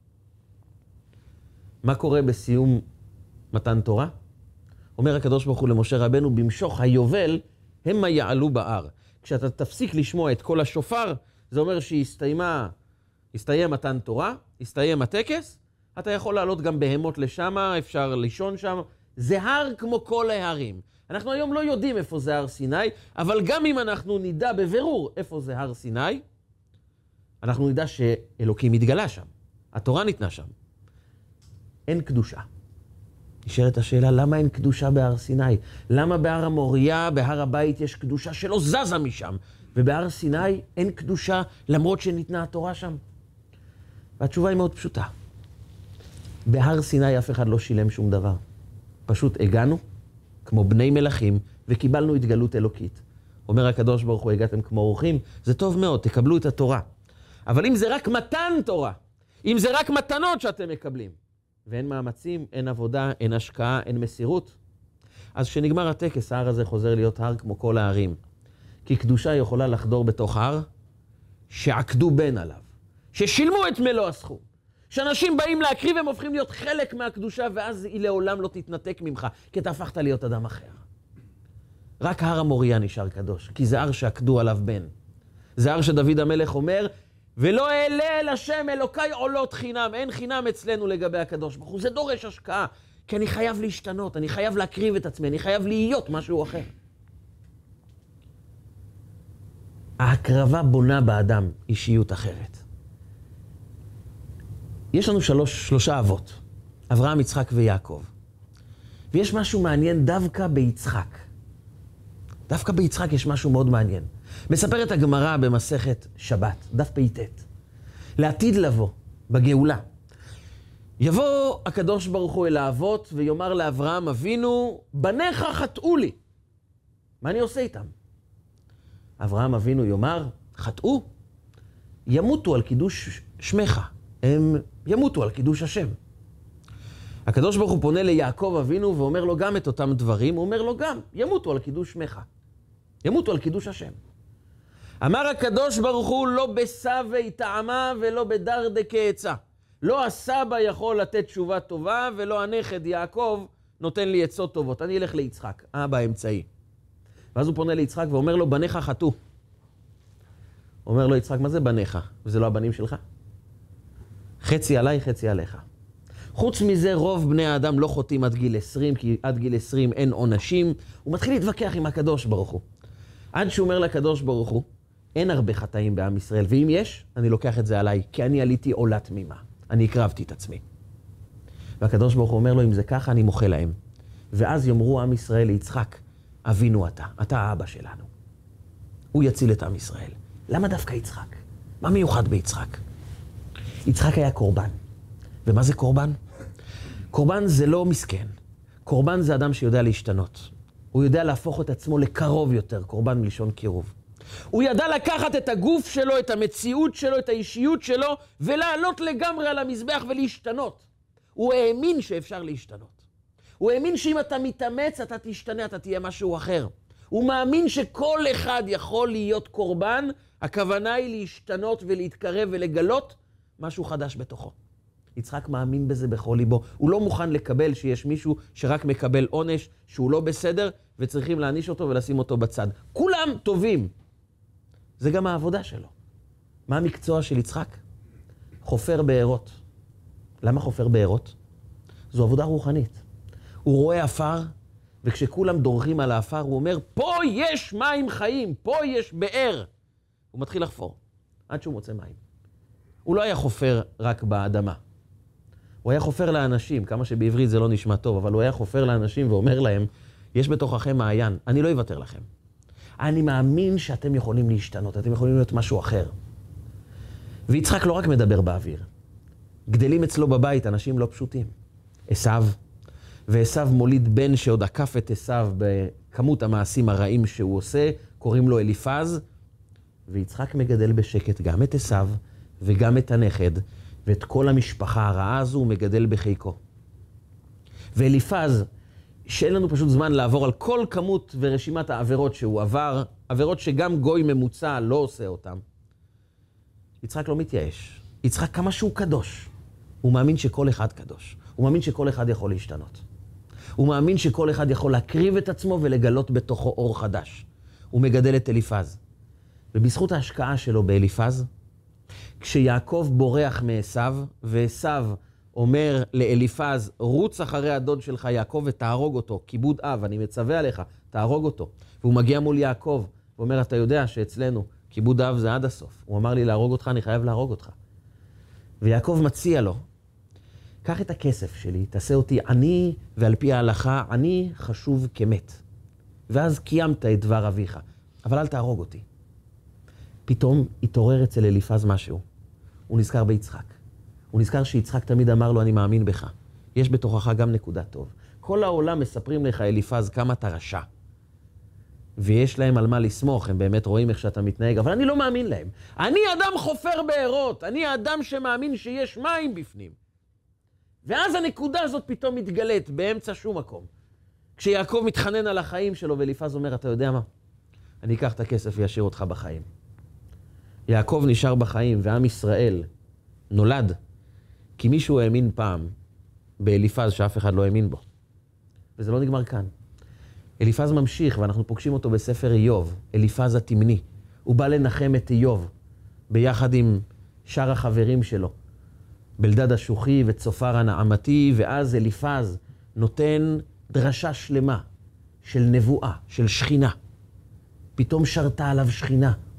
מה קורה בסיום מתן תורה? אומר הקדוש ברוך הוא למשה רבנו, במשוך היובל המה יעלו בהר. כשאתה תפסיק לשמוע את כל השופר, זה אומר הסתיים מתן תורה, הסתיים הטקס, אתה יכול לעלות גם בהמות לשם, אפשר לישון שם. זה הר כמו כל ההרים. אנחנו היום לא יודעים איפה זה הר סיני, אבל גם אם אנחנו נדע בבירור איפה זה הר סיני, אנחנו נדע שאלוקים התגלה שם. התורה ניתנה שם. אין קדושה. נשאלת השאלה, למה אין קדושה בהר סיני? למה בהר המוריה, בהר הבית, יש קדושה שלא זזה משם? ובהר סיני אין קדושה למרות שניתנה התורה שם? והתשובה היא מאוד פשוטה. בהר סיני אף אחד לא שילם שום דבר. פשוט הגענו כמו בני מלכים וקיבלנו התגלות אלוקית. אומר הקדוש ברוך הוא, הגעתם כמו אורחים, זה טוב מאוד, תקבלו את התורה. אבל אם זה רק מתן תורה, אם זה רק מתנות שאתם מקבלים, ואין מאמצים, אין עבודה, אין השקעה, אין מסירות, אז כשנגמר הטקס, ההר הזה חוזר להיות הר כמו כל ההרים. כי קדושה יכולה לחדור בתוך הר שעקדו בן עליו, ששילמו את מלוא הסכום. שאנשים באים להקריב, הם הופכים להיות חלק מהקדושה, ואז היא לעולם לא תתנתק ממך, כי אתה הפכת להיות אדם אחר. רק הר המוריה נשאר קדוש, כי זה הר שעקדו עליו בן. זה הר שדוד המלך אומר, ולא אעלה אל השם אלוקיי עולות חינם. אין חינם אצלנו לגבי הקדוש ברוך הוא. זה דורש השקעה, כי אני חייב להשתנות, אני חייב להקריב את עצמי, אני חייב להיות משהו אחר. ההקרבה בונה באדם אישיות אחרת. יש לנו שלושה אבות, אברהם, יצחק ויעקב. ויש משהו מעניין דווקא ביצחק. דווקא ביצחק יש משהו מאוד מעניין. מספרת הגמרא במסכת שבת, דף פ"ט. לעתיד לבוא, בגאולה. יבוא הקדוש ברוך הוא אל האבות ויאמר לאברהם אבינו, בניך חטאו לי. מה אני עושה איתם? אברהם אבינו יאמר, חטאו? ימותו על קידוש שמך. הם ימותו על קידוש השם. הקדוש ברוך הוא פונה ליעקב אבינו ואומר לו גם את אותם דברים. הוא אומר לו גם, ימותו על קידוש שמך. ימותו על קידוש השם. אמר הקדוש ברוך הוא, לא בסבי טעמה ולא בדרדקי עצה. לא הסבא יכול לתת תשובה טובה, ולא הנכד יעקב נותן לי עצות טובות. אני אלך ליצחק, אבא האמצעי. ואז הוא פונה ליצחק ואומר לו, בניך חטאו. אומר לו יצחק, מה זה בניך? וזה לא הבנים שלך? חצי עליי, חצי עליך. חוץ מזה, רוב בני האדם לא חוטאים עד גיל 20, כי עד גיל 20 אין עונשים. הוא מתחיל להתווכח עם הקדוש ברוך הוא. עד שהוא אומר לקדוש ברוך הוא, אין הרבה חטאים בעם ישראל, ואם יש, אני לוקח את זה עליי, כי אני עליתי עולה תמימה. אני הקרבתי את עצמי. והקדוש ברוך הוא אומר לו, אם זה ככה, אני מוחה להם. ואז יאמרו עם ישראל ליצחק, אבינו אתה האבא שלנו. הוא יציל את עם ישראל. למה דווקא יצחק? מה מיוחד ביצחק? יצחק היה קורבן. ומה זה קורבן? קורבן זה לא מסכן. קורבן זה אדם שיודע להשתנות. הוא יודע להפוך את עצמו לקרוב יותר, קורבן מלשון קירוב. הוא ידע לקחת את הגוף שלו, את המציאות שלו, את האישיות שלו, ולעלות לגמרי על המזבח ולהשתנות. הוא האמין שאפשר להשתנות. הוא האמין שאם אתה מתאמץ, אתה תשתנה, אתה תהיה משהו אחר. הוא מאמין שכל אחד יכול להיות קורבן, הכוונה היא להשתנות ולהתקרב ולגלות משהו חדש בתוכו. יצחק מאמין בזה בכל ליבו. הוא לא מוכן לקבל שיש מישהו שרק מקבל עונש, שהוא לא בסדר, וצריכים להעניש אותו ולשים אותו בצד. כולם טובים. זה גם העבודה שלו. מה המקצוע של יצחק? חופר בארות. למה חופר בארות? זו עבודה רוחנית. הוא רואה אפר, וכשכולם דורכים על האפר, הוא אומר, פה יש מים חיים, פה יש באר. הוא מתחיל לחפור, עד שהוא מוצא מים. הוא לא היה חופר רק באדמה. הוא היה חופר לאנשים, כמה שבעברית זה לא נשמע טוב, אבל הוא היה חופר לאנשים ואומר להם, יש בתוככם מעיין, אני לא אוותר לכם. אני מאמין שאתם יכולים להשתנות, אתם יכולים להיות משהו אחר. ויצחק לא רק מדבר באוויר. גדלים אצלו בבית אנשים לא פשוטים. עשיו, ועשיו מוליד בן שעוד עקף את עשיו בכמות המעשים הרעים שהוא עושה, קוראים לו אליפז, ויצחק מגדל בשקט גם את עשיו וגם את הנכד, ואת כל המשפחה הרעה הזו הוא מגדל בחיקו. ואליפז, שאין לנו פשוט זמן לעבור על כל כמות ורשימת העבירות שהוא עבר, עבירות שגם גוי ממוצע לא עושה אותן. יצחק לא מתייאש. יצחק כמה שהוא קדוש. הוא מאמין שכל אחד קדוש. הוא מאמין שכל אחד יכול להשתנות. הוא מאמין שכל אחד יכול להקריב את עצמו ולגלות בתוכו אור חדש. הוא מגדל את אליפז. ובזכות ההשקעה שלו באליפז, כשיעקב בורח מעשיו, ועשיו אומר לאליפז, רוץ אחרי הדוד שלך יעקב ותהרוג אותו, כיבוד אב, אני מצווה עליך, תהרוג אותו. והוא מגיע מול יעקב, ואומר, אתה יודע שאצלנו כיבוד אב זה עד הסוף. הוא אמר לי להרוג אותך, אני חייב להרוג אותך. ויעקב מציע לו, קח את הכסף שלי, תעשה אותי עני, ועל פי ההלכה, עני חשוב כמת. ואז קיימת את דבר אביך, אבל אל תהרוג אותי. פתאום התעורר אצל אליפז משהו. הוא נזכר ביצחק. הוא נזכר שיצחק תמיד אמר לו, אני מאמין בך. יש בתוכך גם נקודה טוב. כל העולם מספרים לך, אליפז, כמה אתה רשע. ויש להם על מה לסמוך, הם באמת רואים איך שאתה מתנהג, אבל אני לא מאמין להם. אני אדם חופר בארות, אני אדם שמאמין שיש מים בפנים. ואז הנקודה הזאת פתאום מתגלית באמצע שום מקום. כשיעקב מתחנן על החיים שלו, ואליפז אומר, אתה יודע מה? אני אקח את הכסף וישאיר אותך בחיים. יעקב נשאר בחיים, ועם ישראל נולד, כי מישהו האמין פעם באליפז שאף אחד לא האמין בו. וזה לא נגמר כאן. אליפז ממשיך, ואנחנו פוגשים אותו בספר איוב, אליפז התימני. הוא בא לנחם את איוב, ביחד עם שאר החברים שלו, בלדד השוחי וצופר הנעמתי, ואז אליפז נותן דרשה שלמה של נבואה, של שכינה. פתאום שרתה עליו שכינה.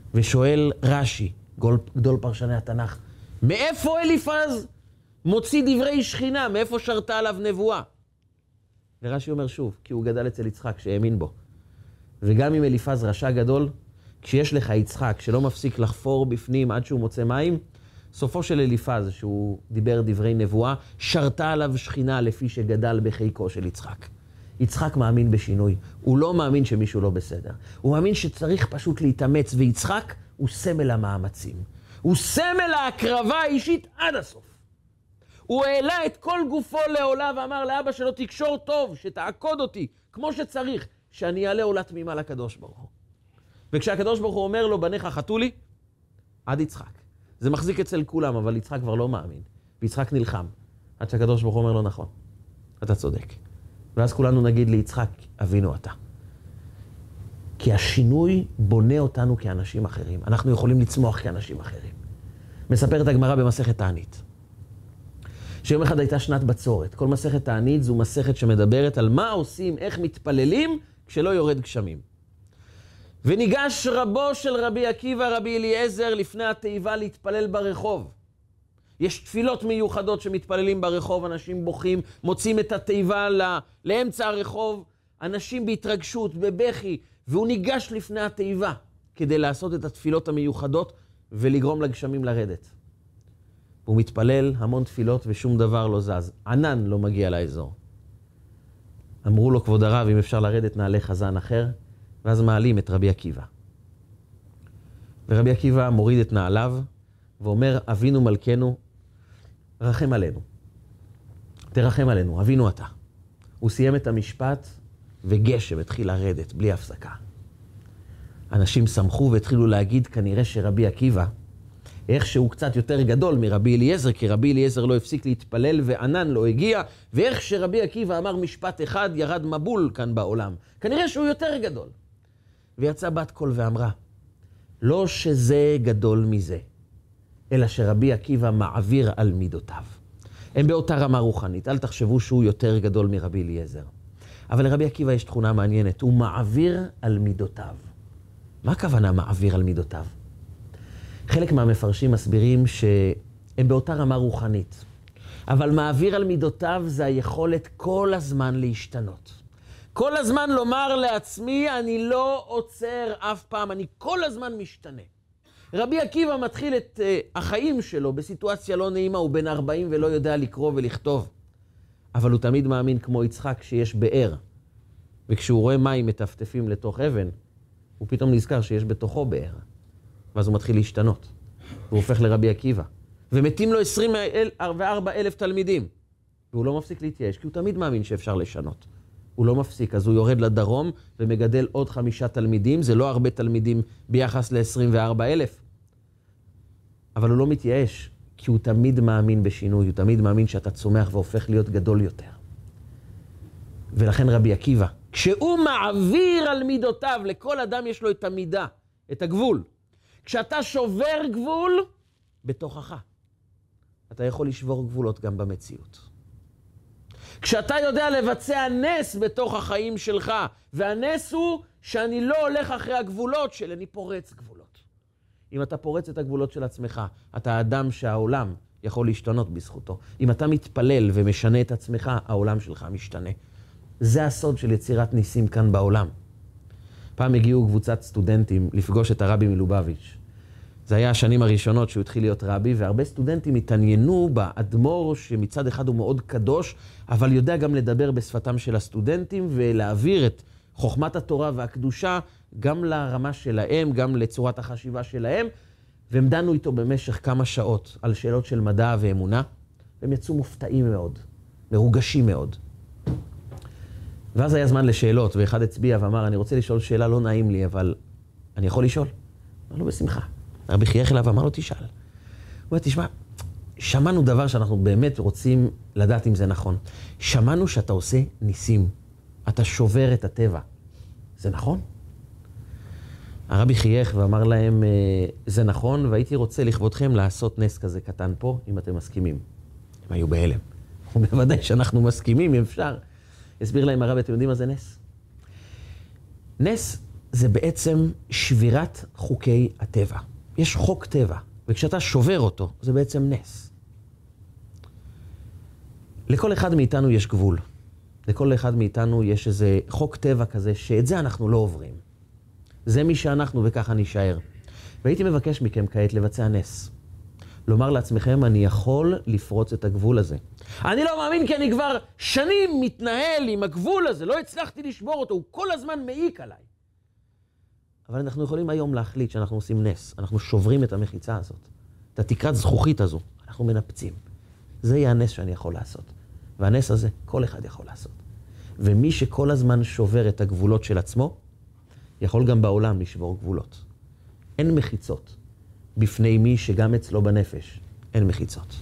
ושואל רש"י, גדול פרשני התנ"ך, מאיפה אליפז מוציא דברי שכינה? מאיפה שרתה עליו נבואה? ורש"י אומר שוב, כי הוא גדל אצל יצחק שהאמין בו. וגם אם אליפז רשע גדול, כשיש לך יצחק שלא מפסיק לחפור בפנים עד שהוא מוצא מים, סופו של אליפז, שהוא דיבר דברי נבואה, שרתה עליו שכינה לפי שגדל בחיקו של יצחק. יצחק מאמין בשינוי, הוא לא מאמין שמישהו לא בסדר. הוא מאמין שצריך פשוט להתאמץ, ויצחק הוא סמל המאמצים. הוא סמל ההקרבה האישית עד הסוף. הוא העלה את כל גופו לעולה ואמר לאבא שלו, תקשור טוב, שתעקוד אותי, כמו שצריך, שאני אעלה עולה תמימה לקדוש ברוך הוא. וכשהקדוש ברוך הוא אומר לו, בניך חטאו לי, עד יצחק. זה מחזיק אצל כולם, אבל יצחק כבר לא מאמין. ויצחק נלחם, עד שהקדוש ברוך הוא אומר לו, נכון, אתה צודק. ואז כולנו נגיד ליצחק, אבינו אתה. כי השינוי בונה אותנו כאנשים אחרים. אנחנו יכולים לצמוח כאנשים אחרים. מספרת הגמרא במסכת תענית. שיום אחד הייתה שנת בצורת. כל מסכת תענית זו מסכת שמדברת על מה עושים, איך מתפללים כשלא יורד גשמים. וניגש רבו של רבי עקיבא, רבי אליעזר, לפני התיבה להתפלל ברחוב. יש תפילות מיוחדות שמתפללים ברחוב, אנשים בוכים, מוצאים את התיבה לאמצע הרחוב, אנשים בהתרגשות, בבכי, והוא ניגש לפני התיבה כדי לעשות את התפילות המיוחדות ולגרום לגשמים לרדת. הוא מתפלל המון תפילות ושום דבר לא זז. ענן לא מגיע לאזור. אמרו לו, כבוד הרב, אם אפשר לרדת נעלה חזן אחר, ואז מעלים את רבי עקיבא. ורבי עקיבא מוריד את נעליו ואומר, אבינו מלכנו, רחם עלינו. תרחם עלינו, אבינו אתה. הוא סיים את המשפט וגשם התחיל לרדת בלי הפסקה. אנשים שמחו והתחילו להגיד כנראה שרבי עקיבא, איך שהוא קצת יותר גדול מרבי אליעזר, כי רבי אליעזר לא הפסיק להתפלל וענן לא הגיע, ואיך שרבי עקיבא אמר משפט אחד ירד מבול כאן בעולם. כנראה שהוא יותר גדול. ויצא בת קול ואמרה, לא שזה גדול מזה, אלא שרבי עקיבא מעביר על מידותיו. הם באותה רמה רוחנית, אל תחשבו שהוא יותר גדול מרבי אליעזר. אבל לרבי עקיבא יש תכונה מעניינת, הוא מעביר על מידותיו. מה הכוונה מעביר על מידותיו? חלק מהמפרשים מסבירים שהם באותה רמה רוחנית. אבל מעביר על מידותיו זה היכולת כל הזמן להשתנות. כל הזמן לומר לעצמי, אני לא עוצר אף פעם, אני כל הזמן משתנה. רבי עקיבא מתחיל את החיים שלו בסיטואציה לא נעימה, הוא בן 40 ולא יודע לקרוא ולכתוב. אבל הוא תמיד מאמין כמו יצחק שיש באר. וכשהוא רואה מים מטפטפים לתוך אבן, הוא פתאום נזכר שיש בתוכו באר. ואז הוא מתחיל להשתנות. הוא הופך לרבי עקיבא. ומתים לו 24,000 תלמידים. והוא לא מפסיק להתייאש, כי הוא תמיד מאמין שאפשר לשנות. הוא לא מפסיק, אז הוא יורד לדרום ומגדל עוד 5 תלמידים. זה לא הרבה תלמידים ביחס ל-24,000. אבל הוא לא מתייאש, כי הוא תמיד מאמין בשינוי. הוא תמיד מאמין שאתה צומח והופך להיות גדול יותר. ולכן רבי עקיבא, כשהוא מעביר על מידותיו, לכל אדם יש לו את המידה, את הגבול. כשאתה שובר גבול, בתוכך. אתה יכול לשבור גבולות גם במציאות. כשאתה יודע לבצע נס בתוך החיים שלך, והנס הוא שאני לא הולך אחרי הגבולות שלי, אני פורץ גבולות. אם אתה פורץ את הגבולות של עצמך, אתה אדם שהעולם יכול להשתנות בזכותו. אם אתה מתפלל ומשנה את עצמך, העולם שלך משתנה. זה הסוד של יצירת ניסים כאן בעולם. פעם הגיעו קבוצת סטודנטים לפגוש את הרבי מלובביץ'. זה היה השנים הראשונות שהוא התחיל להיות רבי, והרבה סטודנטים התעניינו באדמו"ר שמצד אחד הוא מאוד קדוש, אבל יודע גם לדבר בשפתם של הסטודנטים ולהעביר את חוכמת התורה והקדושה גם לרמה שלהם, גם לצורת החשיבה שלהם, והם דנו איתו במשך כמה שעות על שאלות של מדע ואמונה, והם יצאו מופתעים מאוד, מרוגשים מאוד. ואז היה זמן לשאלות, ואחד הצביע ואמר, אני רוצה לשאול שאלה, לא נעים לי, אבל אני יכול לשאול? אמר לו, בשמחה. הרבי חייך אליו ואמר לו, תשאל. הוא אומר, תשמע, שמענו דבר שאנחנו באמת רוצים לדעת אם זה נכון. שמענו שאתה עושה ניסים, אתה שובר את הטבע. זה נכון? הרבי חייך ואמר להם, זה נכון, והייתי רוצה לכבודכם לעשות נס כזה קטן פה, אם אתם מסכימים. הם היו בהלם. ובוודאי שאנחנו מסכימים, אם אפשר. הסביר להם הרבי, אתם יודעים מה זה נס? נס זה בעצם שבירת חוקי הטבע. יש חוק טבע, וכשאתה שובר אותו, זה בעצם נס. לכל אחד מאיתנו יש גבול. לכל אחד מאיתנו יש איזה חוק טבע כזה, שאת זה אנחנו לא עוברים. זה מי שאנחנו וככה נשאר. והייתי מבקש מכם כעת לבצע נס. לומר לעצמכם, אני יכול לפרוץ את הגבול הזה. אני לא מאמין כי אני כבר שנים מתנהל עם הגבול הזה, לא הצלחתי לשבור אותו, הוא כל הזמן מעיק עליי. אבל אנחנו יכולים היום להחליט שאנחנו עושים נס, אנחנו שוברים את המחיצה הזאת, את התקרת זכוכית הזו, אנחנו מנפצים. זה יהיה הנס שאני יכול לעשות. והנס הזה כל אחד יכול לעשות. ומי שכל הזמן שובר את הגבולות של עצמו, יכול גם בעולם לשבור גבולות. אין מחיצות בפני מי שגם אצלו בנפש אין מחיצות.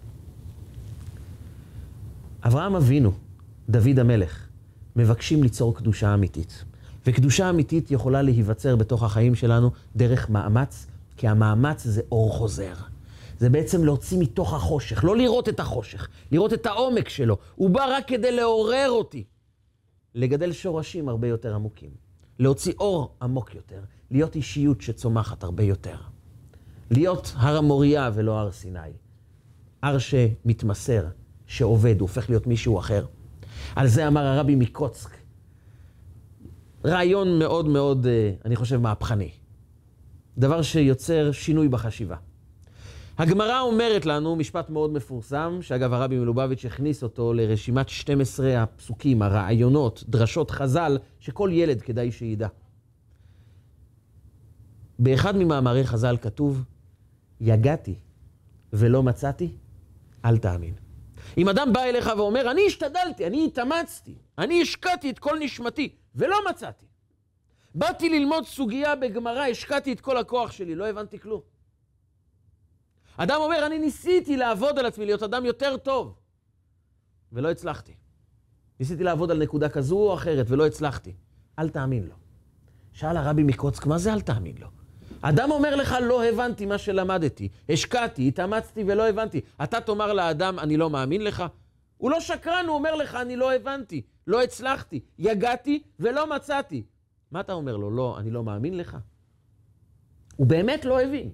אברהם אבינו, דוד המלך, מבקשים ליצור קדושה אמיתית. וקדושה אמיתית יכולה להיווצר בתוך החיים שלנו דרך מאמץ, כי המאמץ זה אור חוזר. זה בעצם להוציא מתוך החושך, לא לראות את החושך, לראות את העומק שלו. הוא בא רק כדי לעורר אותי, לגדל שורשים הרבה יותר עמוקים, להוציא אור עמוק יותר, להיות אישיות שצומחת הרבה יותר. להיות הר המוריה ולא הר סיני. הר שמתמסר, שעובד, הוא הופך להיות מישהו אחר. על זה אמר הרבי מקוצק. רעיון מאוד מאוד, אני חושב, מהפכני. דבר שיוצר שינוי בחשיבה. הגמרא אומרת לנו משפט מאוד מפורסם, שאגב הרבי מלובביץ' הכניס אותו לרשימת 12 הפסוקים, הרעיונות, דרשות חז"ל, שכל ילד כדאי שידע. באחד ממאמרי חז"ל כתוב, יגעתי ולא מצאתי, אל תאמין. אם אדם בא אליך ואומר, אני השתדלתי, אני התאמצתי, אני השקעתי את כל נשמתי, ולא מצאתי. באתי ללמוד סוגיה בגמרא, השקעתי את כל הכוח שלי, לא הבנתי כלום. אדם אומר, אני ניסיתי לעבוד על עצמי, להיות אדם יותר טוב, ולא הצלחתי. ניסיתי לעבוד על נקודה כזו או אחרת, ולא הצלחתי. אל תאמין לו. שאל הרבי מקוצק, מה זה אל תאמין לו? אדם אומר לך, לא הבנתי מה שלמדתי, השקעתי, התאמצתי ולא הבנתי. אתה תאמר לאדם, אני לא מאמין לך? הוא לא שקרן, הוא אומר לך, אני לא הבנתי, לא הצלחתי, יגעתי ולא מצאתי. מה אתה אומר לו? לא, אני לא מאמין לך. הוא באמת לא הבין.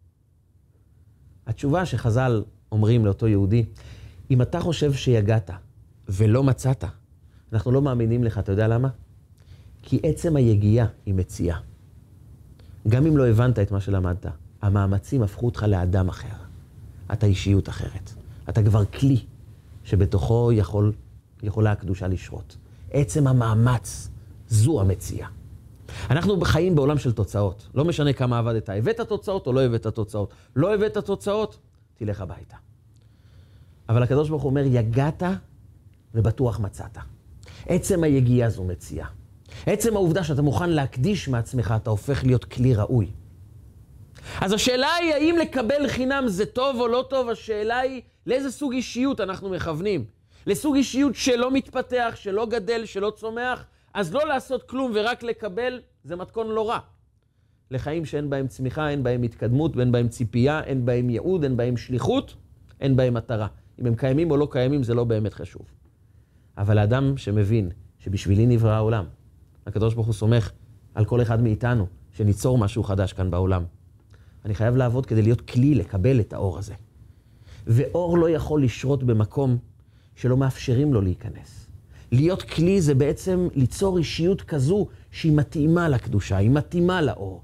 התשובה שחז"ל אומרים לאותו יהודי, אם אתה חושב שיגעת ולא מצאת, אנחנו לא מאמינים לך, אתה יודע למה? כי עצם היגיעה היא מציאה. גם אם לא הבנת את מה שלמדת, המאמצים הפכו אותך לאדם אחר. אתה אישיות אחרת. אתה כבר כלי שבתוכו יכולה הקדושה לשרות. עצם המאמץ, זו המציאה. אנחנו חיים בעולם של תוצאות. לא משנה כמה עבדת. הבאת תוצאות או לא הבאת תוצאות. לא הבאת תוצאות, תלך הביתה. אבל הקדוש ברוך הוא אומר, יגעת ובטוח מצאת. עצם היגיעה זו מציאה. עצם העובדה שאתה מוכן להקדיש מעצמך, אתה הופך להיות כלי ראוי. אז השאלה היא, האם לקבל חינם זה טוב או לא טוב? השאלה היא, לאיזה סוג אישיות אנחנו מכוונים? לסוג אישיות שלא מתפתח, שלא גדל, שלא צומח, אז לא לעשות כלום ורק לקבל, זה מתכון לא רע. לחיים שאין בהם צמיחה, אין בהם התקדמות, אין בהם ציפייה, אין בהם ייעוד, אין בהם שליחות, אין בהם מטרה. אם הם קיימים או לא קיימים, זה לא באמת חשוב. אבל האדם שמבין שבשבילי נברא העולם, הקדוש ברוך הוא סומך על כל אחד מאיתנו, שניצור משהו חדש כאן בעולם. אני חייב לעבוד כדי להיות כלי לקבל את האור הזה. ואור לא יכול לשרות במקום שלא מאפשרים לו להיכנס. להיות כלי זה בעצם ליצור אישיות כזו שהיא מתאימה לקדושה, היא מתאימה לאור.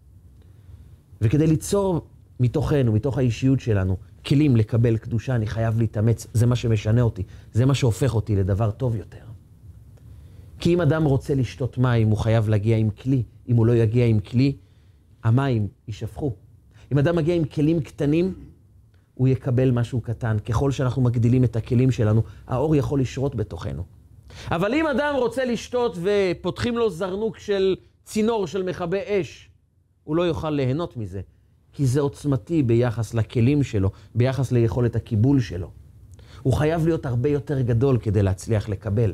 וכדי ליצור מתוכנו, מתוך האישיות שלנו, כלים לקבל קדושה, אני חייב להתאמץ. זה מה שמשנה אותי, זה מה שהופך אותי לדבר טוב יותר. כי אם אדם רוצה לשתות מים, הוא חייב להגיע עם כלי. אם הוא לא יגיע עם כלי, המים יישפכו. אם אדם מגיע עם כלים קטנים, הוא יקבל משהו קטן. ככל שאנחנו מגדילים את הכלים שלנו, האור יכול לשרות בתוכנו. אבל אם אדם רוצה לשתות ופותחים לו זרנוק של צינור של מכבה אש, הוא לא יוכל ליהנות מזה. כי זה עוצמתי ביחס לכלים שלו, ביחס ליכולת הקיבול שלו. הוא חייב להיות הרבה יותר גדול כדי להצליח לקבל.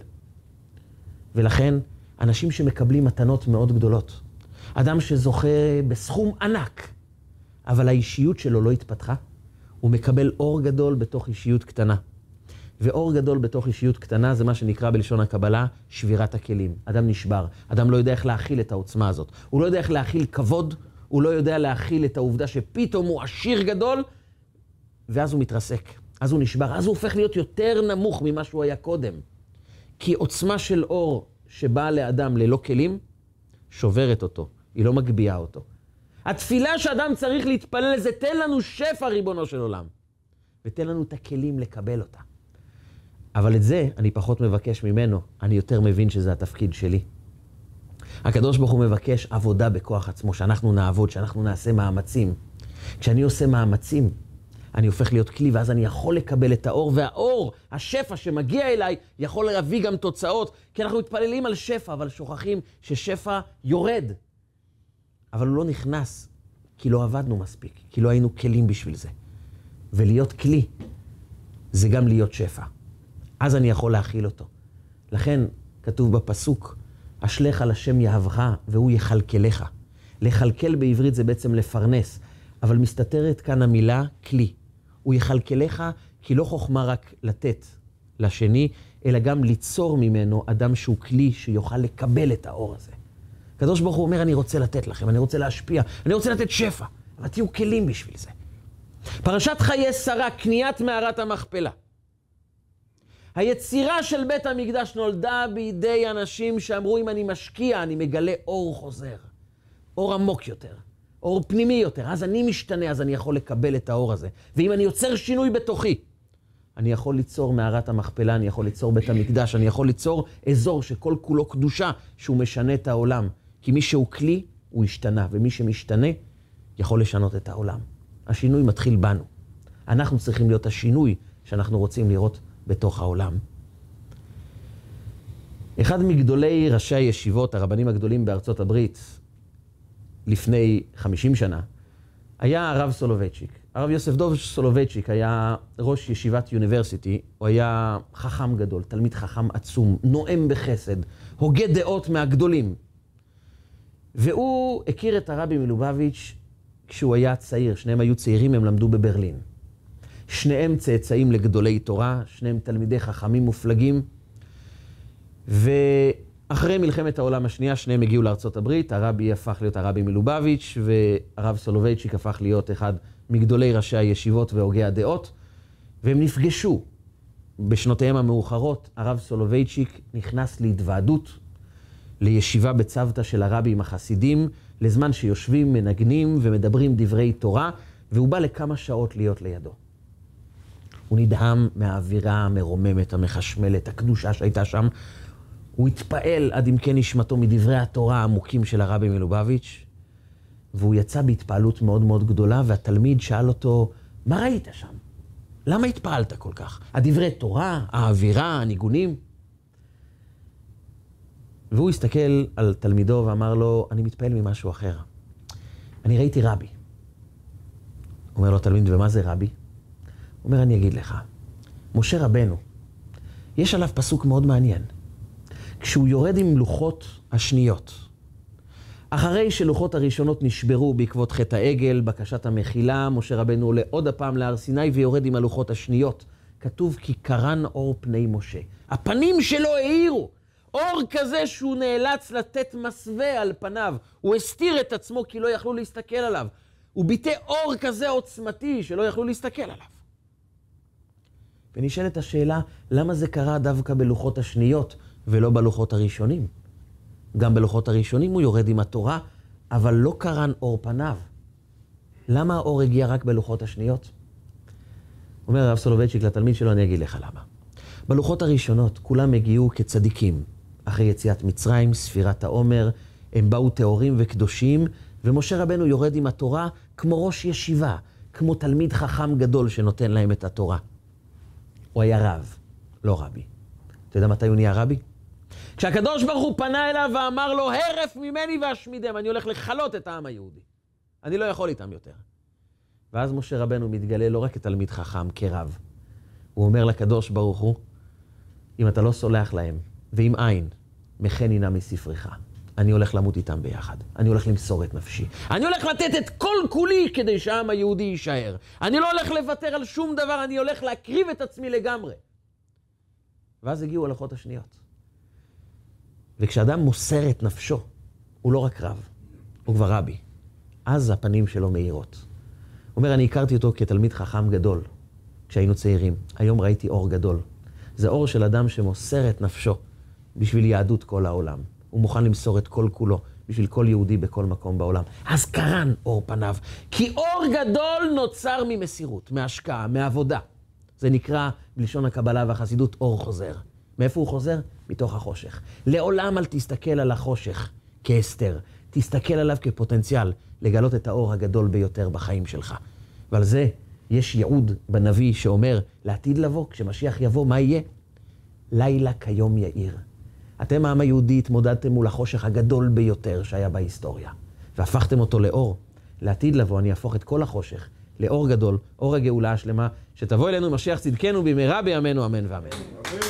ולכן, אנשים שמקבלים מתנות מאוד גדולות. אדם שזוכה בסכום ענק, אבל האישיות שלו לא התפתחה, הוא מקבל אור גדול בתוך אישיות קטנה. ואור גדול בתוך אישיות קטנה זה מה שנקרא בלשון הקבלה שבירת הכלים. אדם נשבר, אדם לא יודע איך להכיל את העוצמה הזאת. הוא לא יודע איך להכיל כבוד, הוא לא יודע להכיל את העובדה שפתאום הוא עשיר גדול, ואז הוא מתרסק, אז הוא נשבר, אז הוא הופך להיות יותר נמוך ממה שהוא היה קודם. כי עוצמה של אור שבאה לאדם ללא כלים, שוברת אותו, היא לא מגביעה אותו. התפילה שאדם צריך להתפלל זה, תן לנו שפע ריבונו של עולם, ותן לנו את הכלים לקבל אותה. אבל את זה אני פחות מבקש ממנו, אני יותר מבין שזה התפקיד שלי. הקדוש ברוך הוא מבקש עבודה בכוח עצמו, שאנחנו נעבוד, שאנחנו נעשה מאמצים. כשאני עושה מאמצים, אני הופך להיות כלי, ואז אני יכול לקבל את האור, והאור, השפע שמגיע אליי, יכול להביא גם תוצאות, כי אנחנו מתפללים על שפע, אבל שוכחים ששפע יורד. אבל הוא לא נכנס, כי לא עבדנו מספיק, כי לא היינו כלים בשביל זה. ולהיות כלי, זה גם להיות שפע. אז אני יכול להכיל אותו. לכן כתוב בפסוק, אשליך על השם יהבך והוא יחלקלך. לחלקל בעברית זה בעצם לפרנס, אבל מסתתרת כאן המילה כלי. הוא יחלקלך כי לא חוכמה רק לתת לשני, אלא גם ליצור ממנו אדם שהוא כלי שיוכל לקבל את האור הזה. הקדוש ברוך הוא אומר, אני רוצה לתת לכם, אני רוצה להשפיע, אני רוצה לתת שפע, אבל תהיו כלים בשביל זה. פרשת חיי שרה, קניית מערת המכפלה. היצירה של בית המקדש נולדה בידי אנשים שאמרו, אם אני משקיע, אני מגלה אור חוזר. אור עמוק יותר, אור פנימי יותר. אז אני משתנה, אז אני יכול לקבל את האור הזה. ואם אני יוצר שינוי בתוכי, אני יכול ליצור מערת המכפלה, אני יכול ליצור בית המקדש, אני יכול ליצור אזור שכל כולו קדושה, שהוא משנה את העולם. כי מי שהוא כלי, הוא השתנה, ומי שמשתנה, יכול לשנות את העולם. השינוי מתחיל בנו. אנחנו צריכים להיות השינוי שאנחנו רוצים לראות בתוך העולם. אחד מגדולי ראשי הישיבות, הרבנים הגדולים בארצות הברית, לפני 50 שנה, היה הרב סולובייצ'יק. הרב יוסף דוב סולובייצ'יק היה ראש ישיבת יוניברסיטי, הוא היה חכם גדול, תלמיד חכם עצום, נואם בחסד, הוגה דעות מהגדולים. והוא הכיר את הרבי מלובביץ' כשהוא היה צעיר, שניהם היו צעירים, הם למדו בברלין. שניהם צאצאים לגדולי תורה, שניהם תלמידי חכמים מופלגים, ואחרי מלחמת העולם השנייה, שניהם הגיעו לארצות הברית, הרבי הפך להיות הרבי מלובביץ', והרב סולובייצ'יק הפך להיות אחד מגדולי ראשי הישיבות והוגי הדעות, והם נפגשו בשנותיהם המאוחרות. הרב סולובייצ'יק נכנס להתוועדות, לישיבה בצוותא של הרבי עם החסידים, לזמן שיושבים, מנגנים ומדברים דברי תורה, והוא בא לכמה שעות להיות לידו. הוא נדהם מהאווירה המרוממת, המחשמלת, הקדושה שהייתה שם. הוא התפעל עד עמקי נשמתו מדברי התורה העמוקים של הרבי מלובביץ', והוא יצא בהתפעלות מאוד מאוד גדולה, והתלמיד שאל אותו, מה ראית שם? למה התפעלת כל כך? הדברי תורה, האווירה, הניגונים? והוא הסתכל על תלמידו ואמר לו, אני מתפעל ממשהו אחר. אני ראיתי רבי. אומר לו תלמיד, ומה זה רבי? הוא אומר, אני אגיד לך, משה רבנו, יש עליו פסוק מאוד מעניין. כשהוא יורד עם לוחות השניות, אחרי שלוחות הראשונות נשברו בעקבות חטא העגל, בקשת המחילה, משה רבנו עולה עוד הפעם להר סיני ויורד עם הלוחות השניות. כתוב כי קרן אור פני משה. הפנים שלו האירו. אור כזה שהוא נאלץ לתת מסווה על פניו. הוא הסתיר את עצמו כי לא יכלו להסתכל עליו. הוא ביטא אור כזה עוצמתי שלא יכלו להסתכל עליו. ונשאלת השאלה, למה זה קרה דווקא בלוחות השניות ולא בלוחות הראשונים? גם בלוחות הראשונים הוא יורד עם התורה, אבל לא קרן אור פניו. למה האור הגיע רק בלוחות השניות? אומר הרב סולובייצ'יק לתלמיד שלו, אני אגיד לך למה. בלוחות הראשונות כולם הגיעו כצדיקים. אחרי יציאת מצרים, ספירת העומר, הם באו טהורים וקדושים, ומשה רבנו יורד עם התורה כמו ראש ישיבה, כמו תלמיד חכם גדול שנותן להם את התורה. הוא היה רב, לא רבי. אתה יודע מתי הוא נהיה רבי? כשהקדוש ברוך הוא פנה אליו ואמר לו, הרף ממני ואשמידם, אני הולך לחלות את העם היהודי. אני לא יכול איתם יותר. ואז משה רבנו מתגלה לא רק כתלמיד חכם, כרב. הוא אומר לקדוש ברוך הוא, אם אתה לא סולח להם, ועם עין, מחני נא מספרך. אני הולך למות איתם ביחד. אני הולך למסור את נפשי. אני הולך לתת את כל כולי כדי שהעם היהודי יישאר. אני לא הולך לוותר על שום דבר, אני הולך להקריב את עצמי לגמרי. ואז הגיעו הלכות השניות. וכשאדם מוסר את נפשו, הוא לא רק רב, הוא כבר רבי. אז הפנים שלו מאירות. הוא אומר, אני הכרתי אותו כתלמיד חכם גדול, כשהיינו צעירים. היום ראיתי אור גדול. זה אור של אדם שמוסר את נפשו בשביל יהדות כל העולם. הוא מוכן למסור את כל כולו בשביל כל יהודי בכל מקום בעולם. אז קרן אור פניו. כי אור גדול נוצר ממסירות, מהשקעה, מעבודה. זה נקרא בלשון הקבלה והחסידות אור חוזר. מאיפה הוא חוזר? מתוך החושך. לעולם אל תסתכל על החושך כהסתר. תסתכל עליו כפוטנציאל לגלות את האור הגדול ביותר בחיים שלך. ועל זה יש ייעוד בנביא שאומר, לעתיד לבוא, כשמשיח יבוא, מה יהיה? לילה כיום יאיר. אתם העם היהודי התמודדתם מול החושך הגדול ביותר שהיה בהיסטוריה, והפכתם אותו לאור. לעתיד לבוא אני אהפוך את כל החושך לאור גדול, אור הגאולה השלמה, שתבוא אלינו משיח צדקנו במהרה בימינו, אמן ואמן.